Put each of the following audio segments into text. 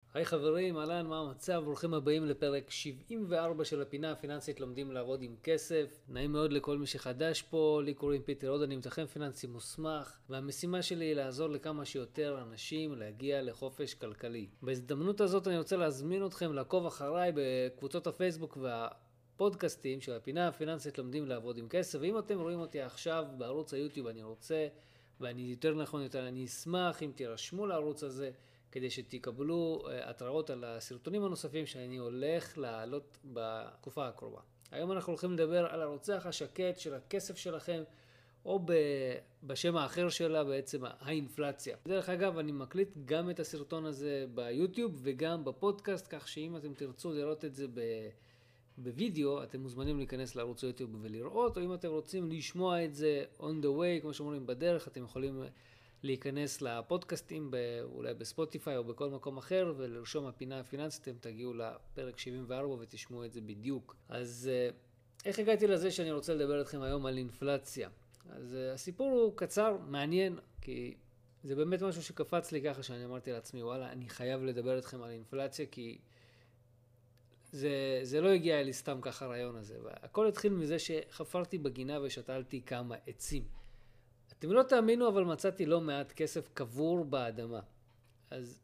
היי חברים, אהלן, מה המצב? ברוכים הבאים לפרק 74 של הפינה הפיננסית לומדים לעבוד עם כסף. נעים מאוד לכל מי שחדש פה, לי קוראים פיטר עוד, אני מתכנן פיננסי מוסמך, והמשימה שלי היא לעזור לכמה שיותר אנשים להגיע לחופש כלכלי. בהזדמנות הזאת אני רוצה להזמין אתכם לעקוב אחריי בקבוצות הפייסבוק והפודקאסטים של הפינה הפיננסית לומדים לעבוד עם כסף, ואם אתם רואים אותי עכשיו בערוץ היוטיוב ואני יותר נכון יותר, אני אשמח אם תירשמו לערוץ הזה, כדי שתקבלו התראות על הסרטונים הנוספים שאני הולך להעלות בתקופה הקרובה. היום אנחנו הולכים לדבר על הרוצח השקט של הכסף שלכם, או בשם האחר שלה בעצם האינפלציה. דרך אגב, אני מקליט גם את הסרטון הזה ביוטיוב וגם בפודקאסט, כך שאם אתם תרצו לראות את זה בווידאו, אתם מוזמנים להיכנס לערוץ היוטיוב ולראות, או אם אתם רוצים לשמוע את זה on the way, כמו שאומרים בדרך, אתם יכולים להיכנס לפודקאסטים אולי בספוטיפיי או בכל מקום אחר ולרשום הפינה הפיננסית, אתם תגיעו לפרק 74 ותשמעו את זה בדיוק. אז איך הגעתי לזה שאני רוצה לדבר איתכם היום על אינפלציה? אז הסיפור הוא קצר, מעניין, כי זה באמת משהו שקפץ לי ככה שאני אמרתי לעצמי, וואלה, אני חייב לדבר איתכם על אינפלציה, כי זה לא הגיע לי סתם ככה הרעיון הזה. והכל התחיל מזה שחפרתי בגינה ושתלתי כמה עצים. אתם לא תאמינו, אבל מצאתי לא מעט כסף קבור באדמה. אז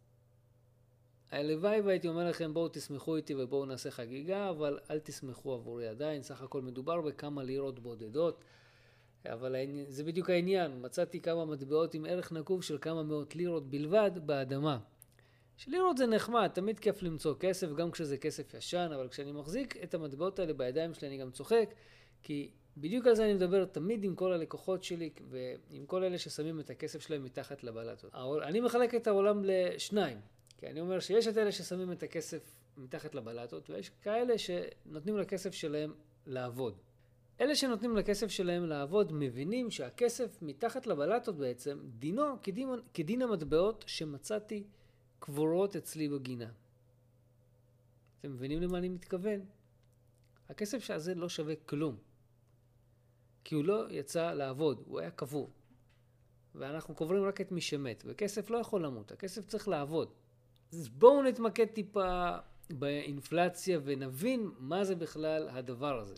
הלוואי והייתי אומר לכם, בואו תשמחו איתי ובואו נעשה חגיגה, אבל אל תשמחו עבורי עדיין. סך הכל מדובר בכמה לירות בודדות, אבל זה בדיוק העניין. מצאתי כמה מטבעות עם ערך נקוב של כמה מאות לירות בלבד באדמה. שלירות זה נחמד, תמיד כיף למצוא כסף, גם כשזה כסף ישן, אבל כשאני מחזיק את המטבעות האלה בידיים שלי אני גם צוחק, כי בדיוק על זה אני מדבר תמיד עם כל הלקוחות שלי ועם כל אלה ששמים את הכסף שלהם מתחת לבלטות. אני מחלק את העולם לשניים, כי אני אומר שיש את אלה ששמים את הכסף מתחת לבלטות, ויש כאלה שנותנים לכסף שלהם לעבוד. אלה שנותנים לכסף שלהם לעבוד מבינים שהכסף מתחת לבלטות בעצם דינו כדין המטבעות שמצאתי קבורות אצלי בגינה. אתם מבינים למה אני מתכוון? הכסף הזה לא שווה כלום. כי הוא לא יצא לעבוד, הוא היה קבור. ואנחנו קוברים רק את מי שמת, וכסף לא יכול למות, הכסף צריך לעבוד. אז בואו נתמקד טיפה באינפלציה ונבין מה זה בכלל הדבר הזה.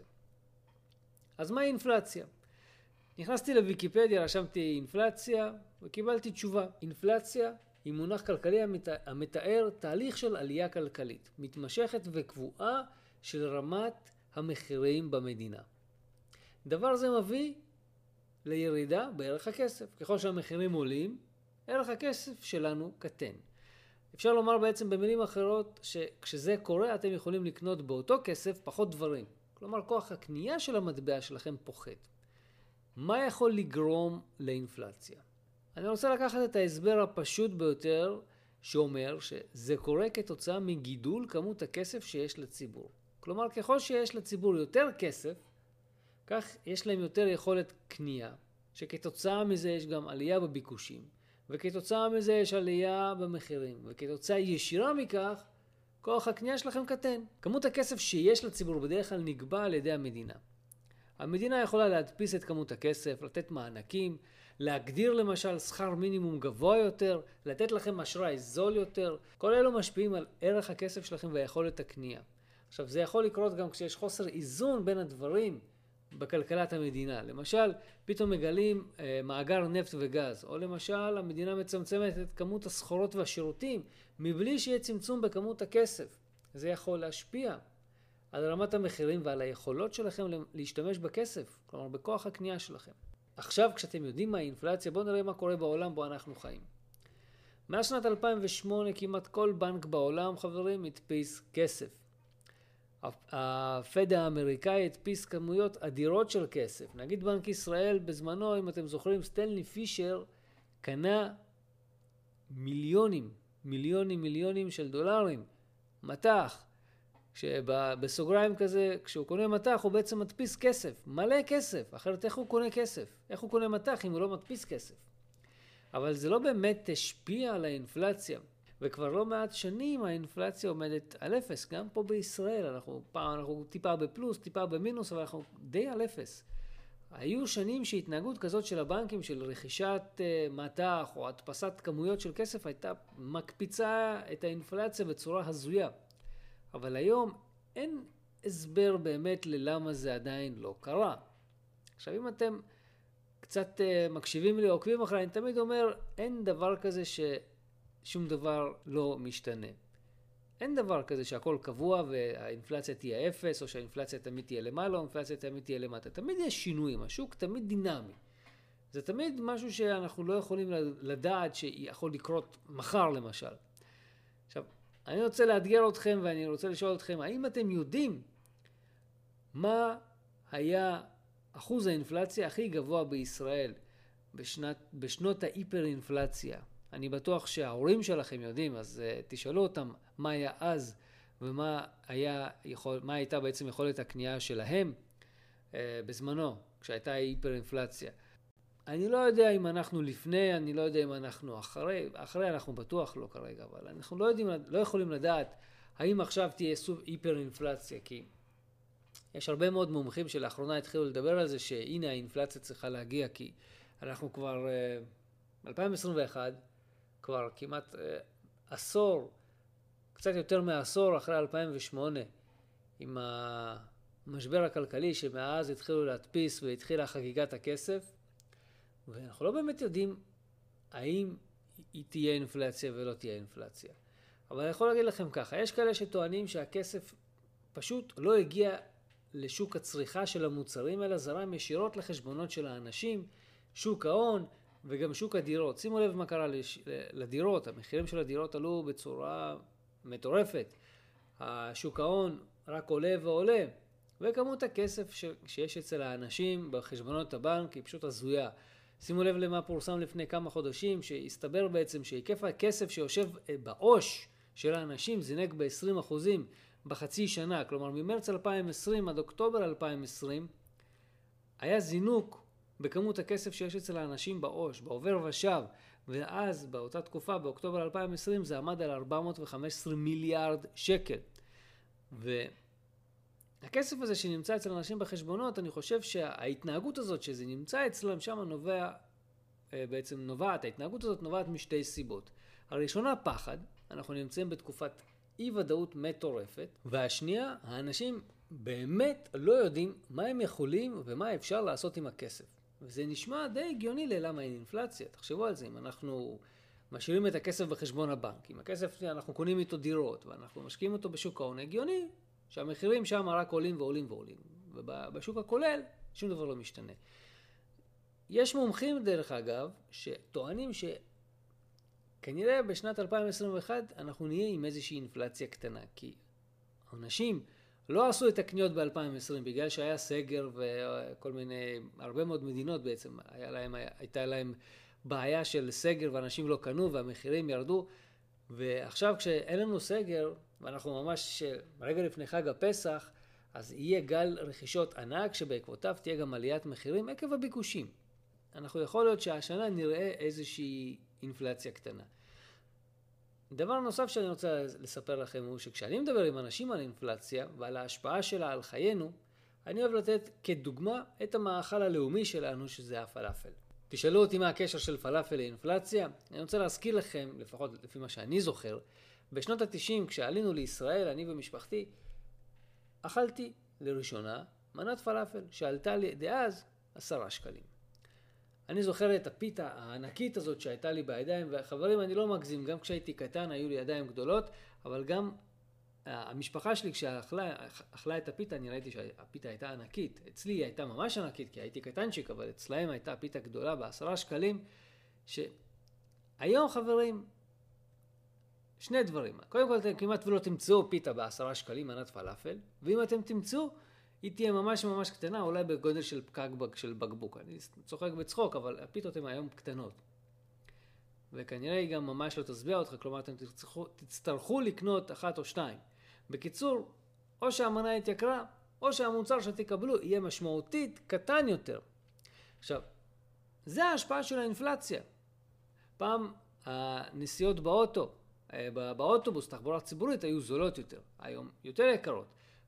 אז מהי אינפלציה? נכנסתי לוויקיפדיה, רשמתי אינפלציה וקיבלתי תשובה. אינפלציה היא מונח כלכלי המתאר תהליך של עלייה כלכלית, מתמשכת וקבועה של רמת המחירים במדינה. דבר זה מביא לירידה בערך הכסף. ככל שהמחירים עולים, ערך הכסף שלנו קטן. אפשר לומר בעצם במילים אחרות שכשזה קורה אתם יכולים לקנות באותו כסף פחות דברים. כלומר כוח הקנייה של המטבע שלכם פוחת. מה יכול לגרום לאינפלציה? אני רוצה לקחת את ההסבר הפשוט ביותר שאומר שזה קורה כתוצאה מגידול כמות הכסף שיש לציבור. כלומר ככל שיש לציבור יותר כסף, כך יש להם יותר יכולת קנייה, שכתוצאה מזה יש גם עלייה בביקושים, וכתוצאה מזה יש עלייה במחירים, וכתוצאה ישירה מכך, כוח הקנייה שלכם קטן. כמות הכסף שיש לציבור בדרך כלל נקבע על ידי המדינה. המדינה יכולה להדפיס את כמות הכסף, לתת מענקים, להגדיר למשל שכר מינימום גבוה יותר, לתת לכם אשראי זול יותר. כל אלו משפיעים על ערך הכסף שלכם ויכולת הקנייה. עכשיו זה יכול לקרות גם כשיש חוסר איזון בין הדברים בכלכלת המדינה. למשל, פתאום מגלים מאגר נפט וגז, או למשל המדינה מצמצמת את כמות הסחורות והשירותים מבלי שיהיה צמצום בכמות הכסף. זה יכול להשפיע על רמת המחירים ועל היכולות שלכם להשתמש בכסף, כלומר בכוח הקנייה שלכם. עכשיו כשאתם יודעים מה האינפלציה, בואו נראה מה קורה בעולם בו אנחנו חיים. מאז שנת 2008 כמעט כל בנק בעולם, חברים, הדפיס כסף. הפד האמריקאי הדפיס כמויות אדירות של כסף. נגיד בנק ישראל בזמנו, אם אתם זוכרים, סטנלי פישר קנה מיליונים של דולרים, מטח. שבסוגריים כזה, כשהוא קונה מטח הוא בעצם מדפיס כסף, מלא כסף, אחרת איך הוא קונה כסף? איך הוא קונה מטח אם הוא לא מדפיס כסף? אבל זה לא באמת השפיע על האינפלציה. וכבר לא מעט שנים האינפלציה עומדת על אפס. גם פה בישראל אנחנו טיפה בפלוס, טיפה במינוס, אבל אנחנו די על אפס. היו שנים שהתנהגות כזאת של הבנקים, של רכישת מטח או הדפסת כמויות של כסף, הייתה מקפיצה את האינפלציה בצורה הזויה. אבל היום אין הסבר באמת ללמה זה עדיין לא קרה. עכשיו, אם אתם קצת מקשיבים לי או עוקבים אחרי, אני תמיד אומר, אין דבר כזה ששום דבר לא משתנה. אין דבר כזה שהכל קבוע והאינפלציה תהיה אפס, או שהאינפלציה תמיד תהיה למעלה, או האינפלציה תמיד תהיה למטה. תמיד יש שינויים, השוק תמיד דינמי. זה תמיד משהו שאנחנו לא יכולים לדעת שיכול לקרות מחר למשל. עכשיו, אני רוצה לאתגר אתכם ואני רוצה לשאול אתכם, האם אתם יודעים מה היה אחוז האינפלציה הכי גבוה בישראל בשנות ההיפר-אינפלציה? אני בטוח שההורים שלכם יודעים, אז תשאלו אותם מה היה אז ומה הייתה בעצם יכולת הקנייה שלהם בזמנו, כשהייתה היפר-אינפלציה. אני לא יודע אם אנחנו לפני, אני לא יודע אם אנחנו אחרי אנחנו בטוח לא כרגע, אבל אנחנו לא יכולים לדעת האם עכשיו תהיה סוג היפר-אינפלציה, כי יש הרבה מאוד מומחים שלאחרונה התחילו לדבר על זה שהנה האינפלציה צריכה להגיע, כי אנחנו כבר 2021, כבר כמעט עשור, קצת יותר מעשור אחרי 2008, עם המשבר הכלכלי שמאז התחילו להדפיס והתחילה חגיגת הכסף, ואנחנו לא באמת יודעים האם היא תהיה אינפלציה ולא תהיה אינפלציה. אבל אני יכול להגיד לכם ככה, יש כאלה שטוענים שהכסף פשוט לא הגיע לשוק הצריכה של המוצרים, אלא זרם ישירות לחשבונות של האנשים, שוק ההון וגם שוק הדירות. שימו לב מה קרה לדירות, המחירים של הדירות עלו בצורה מטורפת. השוק ההון רק עולה ועולה, וכמות הכסף שיש אצל האנשים בחשבונות הבנק היא פשוט הזויה. שימו לב למה פורסם לפני כמה חודשים, שהסתבר בעצם שהיקף הכסף שיושב בעו"ש של האנשים זינק ב-20% בחצי שנה. כלומר, ממרץ 2020 עד אוקטובר 2020 היה זינוק בכמות הכסף שיש אצל האנשים בעו"ש, בעובר ושב, ואז באותה תקופה, באוקטובר 2020, זה עמד על 415 מיליארד שקל. והכסף הזה שנמצא אצל אנשים בחשבונות, אני חושב שההתנהגות הזאת שזה נמצא אצלם שם ההתנהגות הזאת נובעת משתי סיבות. הראשונה, פחד, אנחנו נמצאים בתקופת אי-ודאות מטורפת, והשנייה, האנשים באמת לא יודעים מה הם יכולים ומה אפשר לעשות עם הכסף. וזה נשמע די הגיוני ללמה אין אינפלציה. תחשבו על זה, אם אנחנו משאירים את הכסף בחשבון הבנק, אם הכסף אנחנו קונים איתו דירות ואנחנו משקיעים אותו בשוק ההון, הגיוני שהמחירים שם רק עולים ועולים ועולים. ובשוק הכולל שום דבר לא משתנה. יש מומחים דרך אגב שטוענים שכנראה בשנת 2021 אנחנו נהיה עם איזושהי אינפלציה קטנה, כי אנשים לא עשו את הקניות ב-2020 בגלל שהיה סגר וכל מיני, הרבה מאוד מדינות בעצם, הייתה להם בעיה של סגר ואנשים לא קנו והמחירים ירדו, ועכשיו כשאין לנו סגר ואנחנו ממש רגע לפני חג הפסח, אז יהיה גל רכישות ענק שבעקבותיו תהיה גם עליית מחירים עקב הביקושים. אנחנו יכול להיות שהשנה נראה איזושהי אינפלציה קטנה. דבר נוסף שאני רוצה לספר לכם הוא שכשאני מדבר עם אנשים על אינפלציה ועל ההשפעה שלה על חיינו, אני אוהב לתת כדוגמה את המאכל הלאומי שלנו שזה הפלאפל. תשאלו אותי מה הקשר של פלאפל לאינפלציה. אני רוצה להזכיר לכם, לפחות לפי מה שאני זוכר, בשנות ה-90 כשעלינו לישראל, אני ומשפחתי, אכלתי לראשונה מנת פלאפל שעלתה לי דאז 10 שקלים. אני זוכר את הפיתה הענקית הזאת שהייתה לי בידיים, וחברים, אני לא מגזים, גם כשהייתי קטן היו לי ידיים גדולות, אבל גם המשפחה שלי כשאכלה את הפיתה, אני ראיתי שהפיתה הייתה ענקית. אצלי היא הייתה ממש ענקית, כי הייתי קטנצ'יק, אבל אצלהם הייתה פיתה גדולה ב10 שקלים, שהיום חברים, שני דברים. קודם כל, אתם כמעט ולא תמצאו פיתה ב10 שקלים, מנת פלאפל, ואם אתם תמצאו, היא תהיה ממש ממש קטנה, אולי בגודל של פקק של בקבוק. אני צוחק בצחוק, אבל הפיתות הן היום קטנות. וכנראה היא גם ממש לא תשביע אותך, כלומר אתם תצטרכו לקנות 1 או 2. בקיצור, או שהמנה התייקרה, או שהמוצר שתקבלו יהיה משמעותית קטן יותר. עכשיו, זה ההשפעה של האינפלציה. פעם הנסיעות באוטובוס, תחבורה ציבורית, היו זולות יותר, היום יותר יקרות.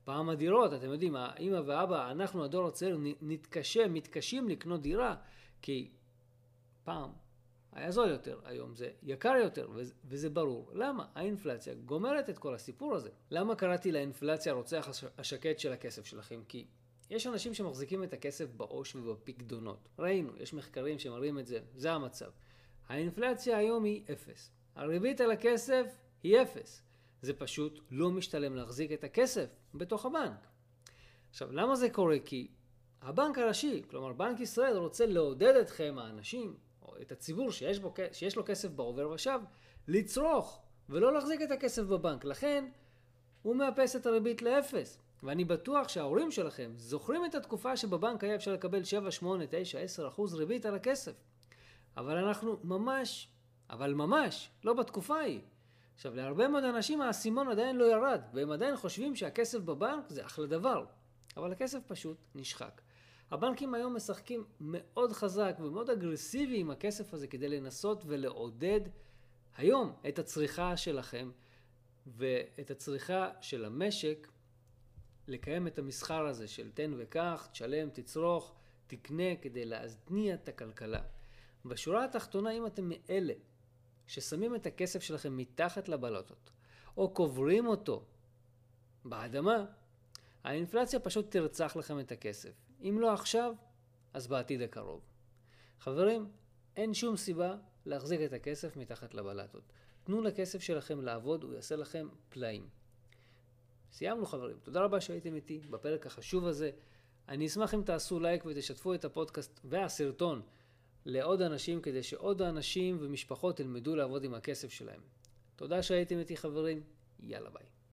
פעם הדירות, אתם יודעים, האמא והאבא, אנחנו הדור הצעיר מתקשים לקנות דירה, כי פעם היה זול יותר, היום זה יקר יותר, וזה ברור. למה? האינפלציה גומרת את כל הסיפור הזה. למה קראתי לאינפלציה רוצח השקט של הכסף שלכם? כי יש אנשים שמחזיקים את הכסף בעו"ש ובפקדונות. ראינו, יש מחקרים שמראים את זה, זה המצב. האינפלציה היום היא 0. הריבית על הכסף היא 0. זה פשוט לא משתלם להחזיק את הכסף בתוך הבנק. עכשיו, למה זה קורה? כי הבנק הראשי, כלומר בנק ישראל, רוצה לעודד אתכם, האנשים, או את הציבור שיש לו כסף בעובר ושב, לצרוך ולא להחזיק את הכסף בבנק. לכן, הוא מאפס את הריבית ל0. ואני בטוח שההורים שלכם זוכרים את התקופה שבבנק היה אפשר לקבל 7, 8, 9, 10% ריבית על הכסף. אבל אנחנו ממש לא בתקופה ההיא. עכשיו, להרבה מאוד אנשים האסימון עדיין לא ירד, והם עדיין חושבים שהכסף בבנק זה אחלה דבר. אבל הכסף פשוט נשחק. הבנקים היום משחקים מאוד חזק ומאוד אגרסיבי עם הכסף הזה כדי לנסות ולעודד היום את הצריכה שלכם ואת הצריכה של המשק, לקיים את המסחר הזה של תן וקח, תשלם, תצרוך, תקנה כדי להזניע את הכלכלה. בשורה התחתונה, אם אתם מאלה ששמים את הכסף שלכם מתחת לבלוטות, או קוברים אותו באדמה, האינפלציה פשוט תרצח לכם את הכסף. אם לא עכשיו, אז בעתיד הקרוב. חברים, אין שום סיבה להחזיק את הכסף מתחת לבלטות. תנו לכסף שלכם לעבוד, הוא יעשה לכם פלאים. סיימנו חברים, תודה רבה שהייתם איתי בפרק החשוב הזה. אני אשמח אם תעשו לייק ותשתפו את הפודקאסט והסרטון לעוד אנשים, כדי שעוד אנשים ומשפחות ילמדו לעבוד עם הכסף שלהם. תודה שהייתם איתי חברים, יאללה ביי.